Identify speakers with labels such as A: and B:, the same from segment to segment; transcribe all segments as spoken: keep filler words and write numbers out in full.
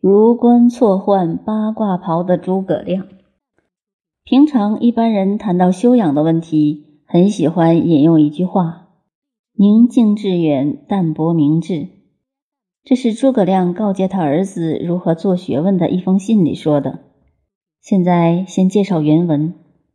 A: 如冠错换八卦袍的诸葛亮。平常一般人谈到修养的问题，很喜欢引用一句话：宁静致远，淡泊明志。这是诸葛亮告诫他儿子如何做学问的一封信里说的。现在先介绍原文。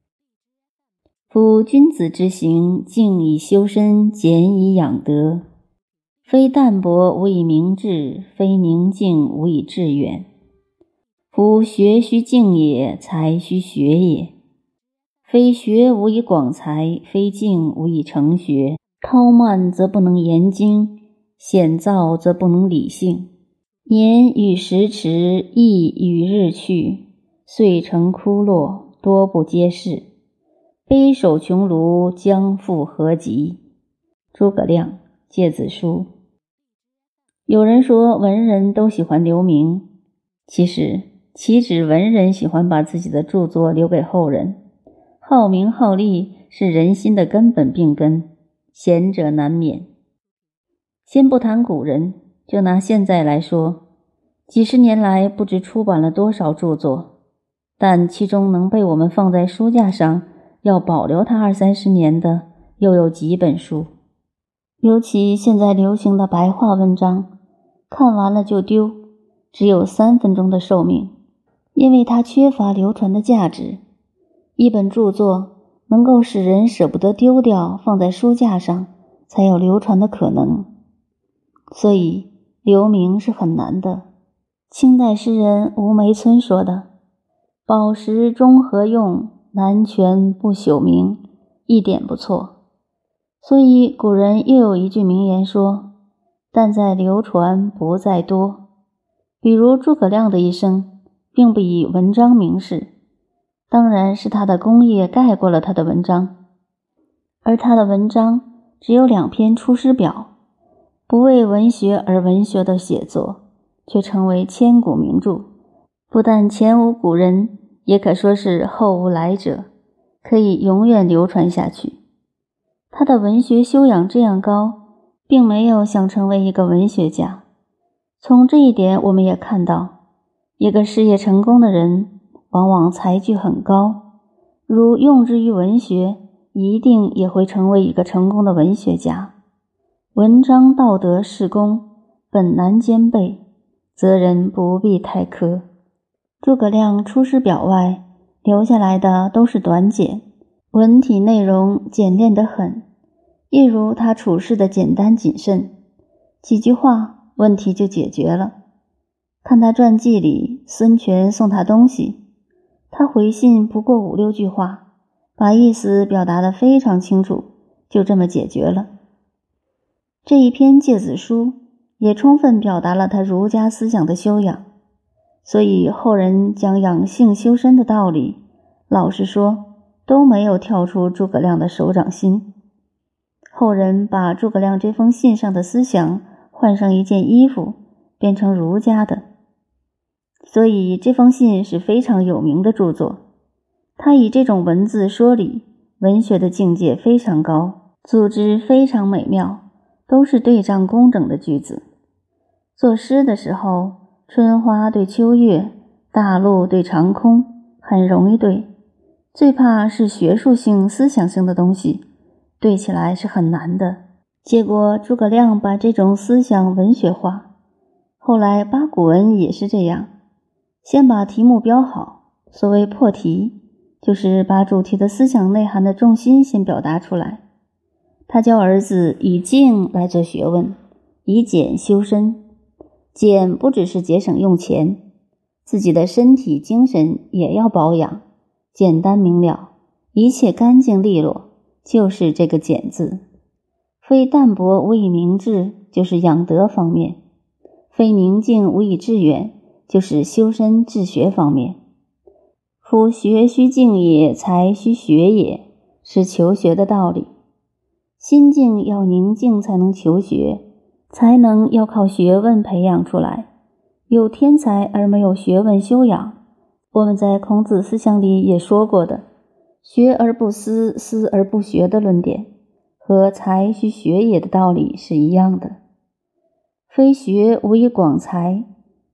A: 夫君子之行，静以修身，简以养德。非淡泊无以明志，非宁静无以致远。夫学须静也，才须学也。非学无以广才，非静无以成学。韬慢则不能言经，险躁则不能理性。年与时驰，意与日去，岁成枯落，多不接世。悲守穷庐，将复何及？诸葛亮，诫子书。有人说文人都喜欢留名，其实岂止文人喜欢把自己的著作留给后人？好名好利是人心的根本病根，贤者难免。先不谈古人，就拿现在来说，几十年来不知出版了多少著作，但其中能被我们放在书架上要保留它二三十年的又有几本书。尤其现在流行的白话文章，看完了就丢，只有三分钟的寿命，因为它缺乏流传的价值。一本著作能够使人舍不得丢掉，放在书架上，才有流传的可能。所以留名是很难的。清代诗人吴梅村说的：宝石终何用，南泉不朽名，一点不错。所以古人又有一句名言说：但在流传，不在多。比如诸葛亮的一生并不以文章名士，当然是他的功业盖过了他的文章。而他的文章只有两篇《出师表》，不为文学而文学的写作，却成为千古名著，不但前无古人，也可说是后无来者，可以永远流传下去。他的文学修养这样高，并没有想成为一个文学家。从这一点我们也看到，一个事业成功的人往往才具很高，如用之于文学，一定也会成为一个成功的文学家。文章道德事功本难兼备，则人不必太苛。诸葛亮出师表外留下来的都是短简，文体内容简练得很，一如他处事的简单谨慎，几句话问题就解决了。看他传记里，孙权送他东西，他回信不过五六句话，把意思表达得非常清楚，就这么解决了。这一篇诫子书也充分表达了他儒家思想的修养，所以后人讲养性修身的道理，老实说都没有跳出诸葛亮的手掌心。后人把诸葛亮这封信上的思想换上一件衣服，变成儒家的。所以这封信是非常有名的著作。他以这种文字说理，文学的境界非常高，组织非常美妙，都是对仗工整的句子。作诗的时候，春花对秋月，大陆对长空，很容易对。最怕是学术性思想性的东西，对起来是很难的。结果诸葛亮把这种思想文学化，后来八股文也是这样，先把题目标好，所谓破题，就是把主题的思想内涵的重心先表达出来。他教儿子以静来做学问，以简修身。简不只是节省用钱，自己的身体精神也要保养，简单明了，一切干净利落，就是这个简字。非淡泊无以明志，就是养德方面；非宁静无以致远，就是修身治学方面。夫学须静也，才须学也，是求学的道理。心境要宁静才能求学，才能要靠学问培养出来。有天才而没有学问修养，我们在孔子思想里也说过的学而不思，思而不学的论点，和才须学也的道理是一样的。非学无以广才，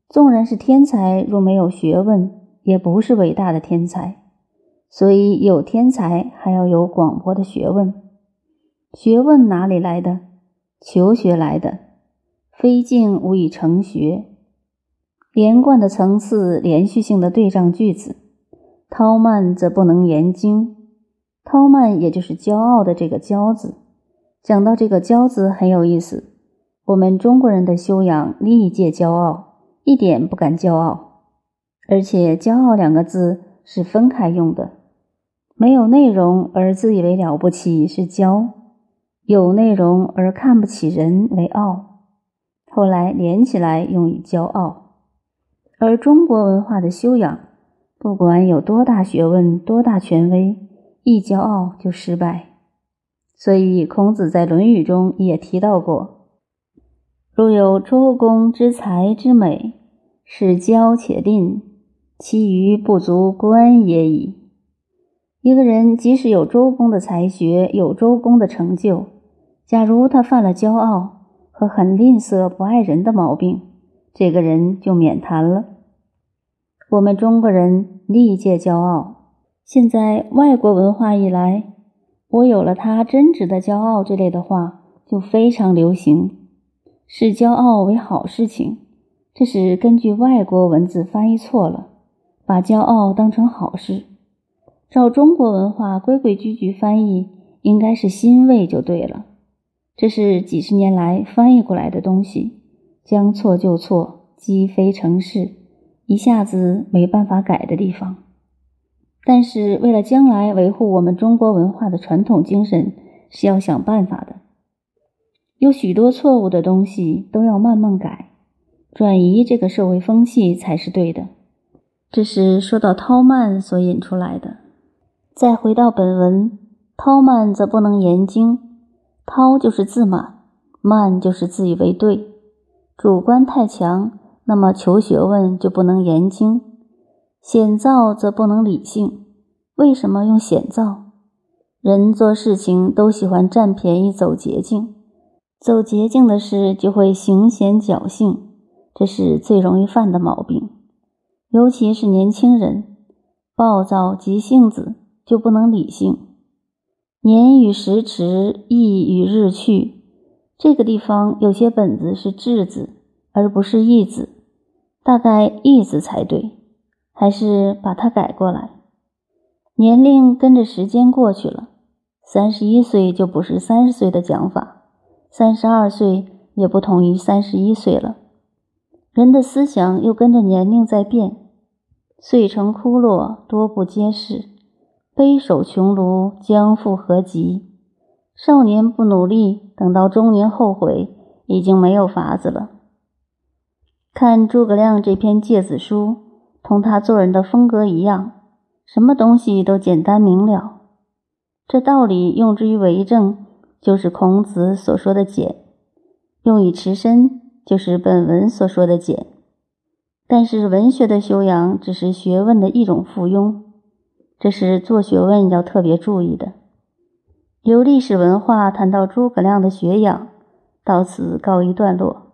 A: 纵然是天才，若没有学问，也不是伟大的天才。所以有天才，还要有广博的学问。学问哪里来的？求学来的。非静无以成学。连贯的层次，连续性的对仗句子。韬慢则不能言精。韬慢也就是骄傲的这个骄字。讲到这个骄字很有意思，我们中国人的修养历届骄傲，一点不敢骄傲，而且骄傲两个字是分开用的。没有内容而自以为了不起是骄，有内容而看不起人为傲，后来连起来用以骄傲。而中国文化的修养，不管有多大学问多大权威，一骄傲就失败。所以孔子在《论语》中也提到过，如有周公之才之美，是骄且吝，其余不足观也已。一个人即使有周公的才学，有周公的成就，假如他犯了骄傲和很吝啬不爱人的毛病，这个人就免谈了。我们中国人历届骄傲，现在外国文化一来，我有了他真值得骄傲这类的话就非常流行，视骄傲为好事情，这是根据外国文字翻译错了，把骄傲当成好事。照中国文化规规矩矩翻译，应该是欣慰就对了。这是几十年来翻译过来的东西，将错就错，积非成是，一下子没办法改的地方。但是为了将来维护我们中国文化的传统精神，是要想办法的。有许多错误的东西都要慢慢改，转移这个社会风气才是对的。这是说到韬慢所引出来的。再回到本文，韬慢则不能言精。韬就是自满，慢就是自以为对。主观太强，那么求学问就不能言精。险躁则不能理性。为什么用险躁？人做事情都喜欢占便宜走捷径，走捷径的事就会行险侥幸，这是最容易犯的毛病。尤其是年轻人，暴躁急性子，就不能理性。年与时迟，意与日去，这个地方有些本子是至字，而不是义字，大概义字才对，还是把它改过来。年龄跟着时间过去了，三十一岁就不是三十岁的讲法，三十二岁也不同于三十一岁了。人的思想又跟着年龄在变，岁成枯落，多不接世，悲守穷庐，将复何及？少年不努力，等到中年后悔，已经没有法子了。看诸葛亮这篇诫子书，同他做人的风格一样，什么东西都简单明了。这道理用之于为政，就是孔子所说的简；用以持身，就是本文所说的简。但是文学的修养只是学问的一种附庸，这是做学问要特别注意的。由历史文化谈到诸葛亮的学养，到此告一段落。